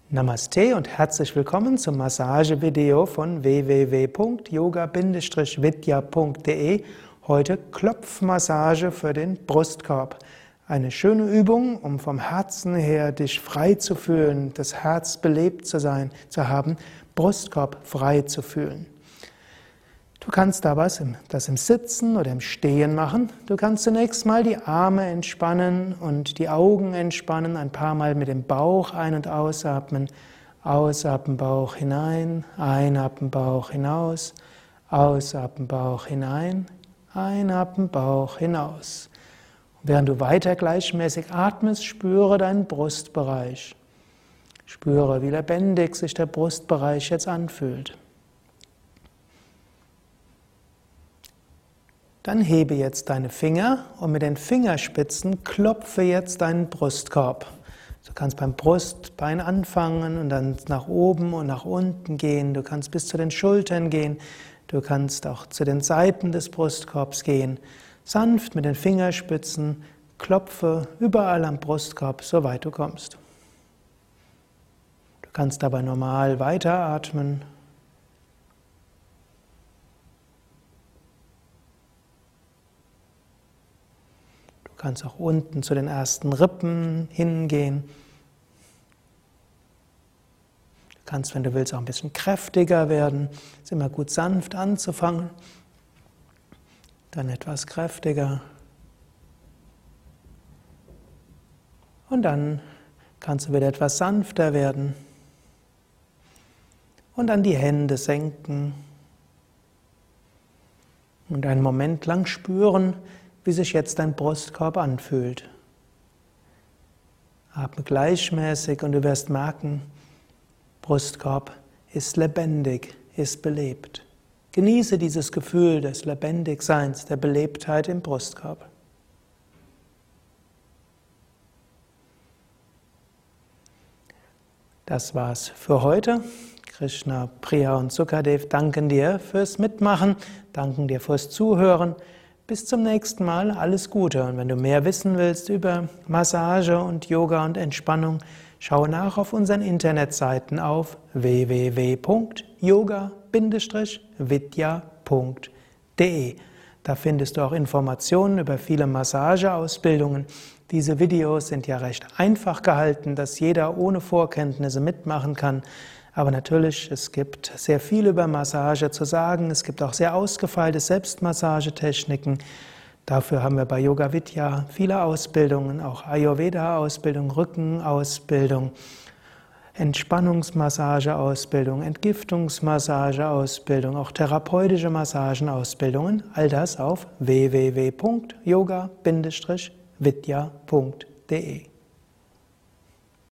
Namaste und herzlich willkommen zum Massagevideo von www.yoga-vidya.de. Heute Klopfmassage für den Brustkorb. Eine schöne Übung, um vom Herzen her dich frei zu fühlen, das Herz belebt zu haben, Brustkorb frei zu fühlen. Du kannst das im Sitzen oder im Stehen machen. Du kannst zunächst mal die Arme entspannen und die Augen entspannen, ein paar Mal mit dem Bauch ein- und ausatmen. Ausatmen, Bauch hinein, einatmen, Bauch hinaus, ausatmen, Bauch hinein, einatmen, Bauch hinaus. Und während du weiter gleichmäßig atmest, spüre deinen Brustbereich. Spüre, wie lebendig sich der Brustbereich jetzt anfühlt. Dann hebe jetzt deine Finger und mit den Fingerspitzen klopfe jetzt deinen Brustkorb. Du kannst beim Brustbein anfangen und dann nach oben und nach unten gehen. Du kannst bis zu den Schultern gehen. Du kannst auch zu den Seiten des Brustkorbs gehen. Sanft mit den Fingerspitzen klopfe überall am Brustkorb, soweit du kommst. Du kannst dabei normal weiteratmen. Du kannst auch unten zu den ersten Rippen hingehen. Du kannst, wenn du willst, auch ein bisschen kräftiger werden. Es ist immer gut, sanft anzufangen. Dann etwas kräftiger. Und dann kannst du wieder etwas sanfter werden. Und dann die Hände senken. Und einen Moment lang spüren, wie sich jetzt dein Brustkorb anfühlt. Atme gleichmäßig und du wirst merken, Brustkorb ist lebendig, ist belebt. Genieße dieses Gefühl des Lebendigseins, der Belebtheit im Brustkorb. Das war's für heute. Krishna, Priya und Sukadev danken dir fürs Mitmachen, danken dir fürs Zuhören. Bis zum nächsten Mal, alles Gute. Und wenn du mehr wissen willst über Massage und Yoga und Entspannung, schaue nach auf unseren Internetseiten auf www.yoga-vidya.de. Da findest du auch Informationen über viele Massageausbildungen. Diese Videos sind ja recht einfach gehalten, dass jeder ohne Vorkenntnisse mitmachen kann. Aber natürlich, es gibt sehr viel über Massage zu sagen. Es gibt auch sehr ausgefeilte Selbstmassagetechniken. Dafür haben wir bei Yoga Vidya viele Ausbildungen, auch Ayurveda-Ausbildung, Rückenausbildung, Entspannungsmassageausbildung, Entgiftungsmassageausbildung, auch therapeutische Massagenausbildungen. All das auf www.yoga-vidya.de.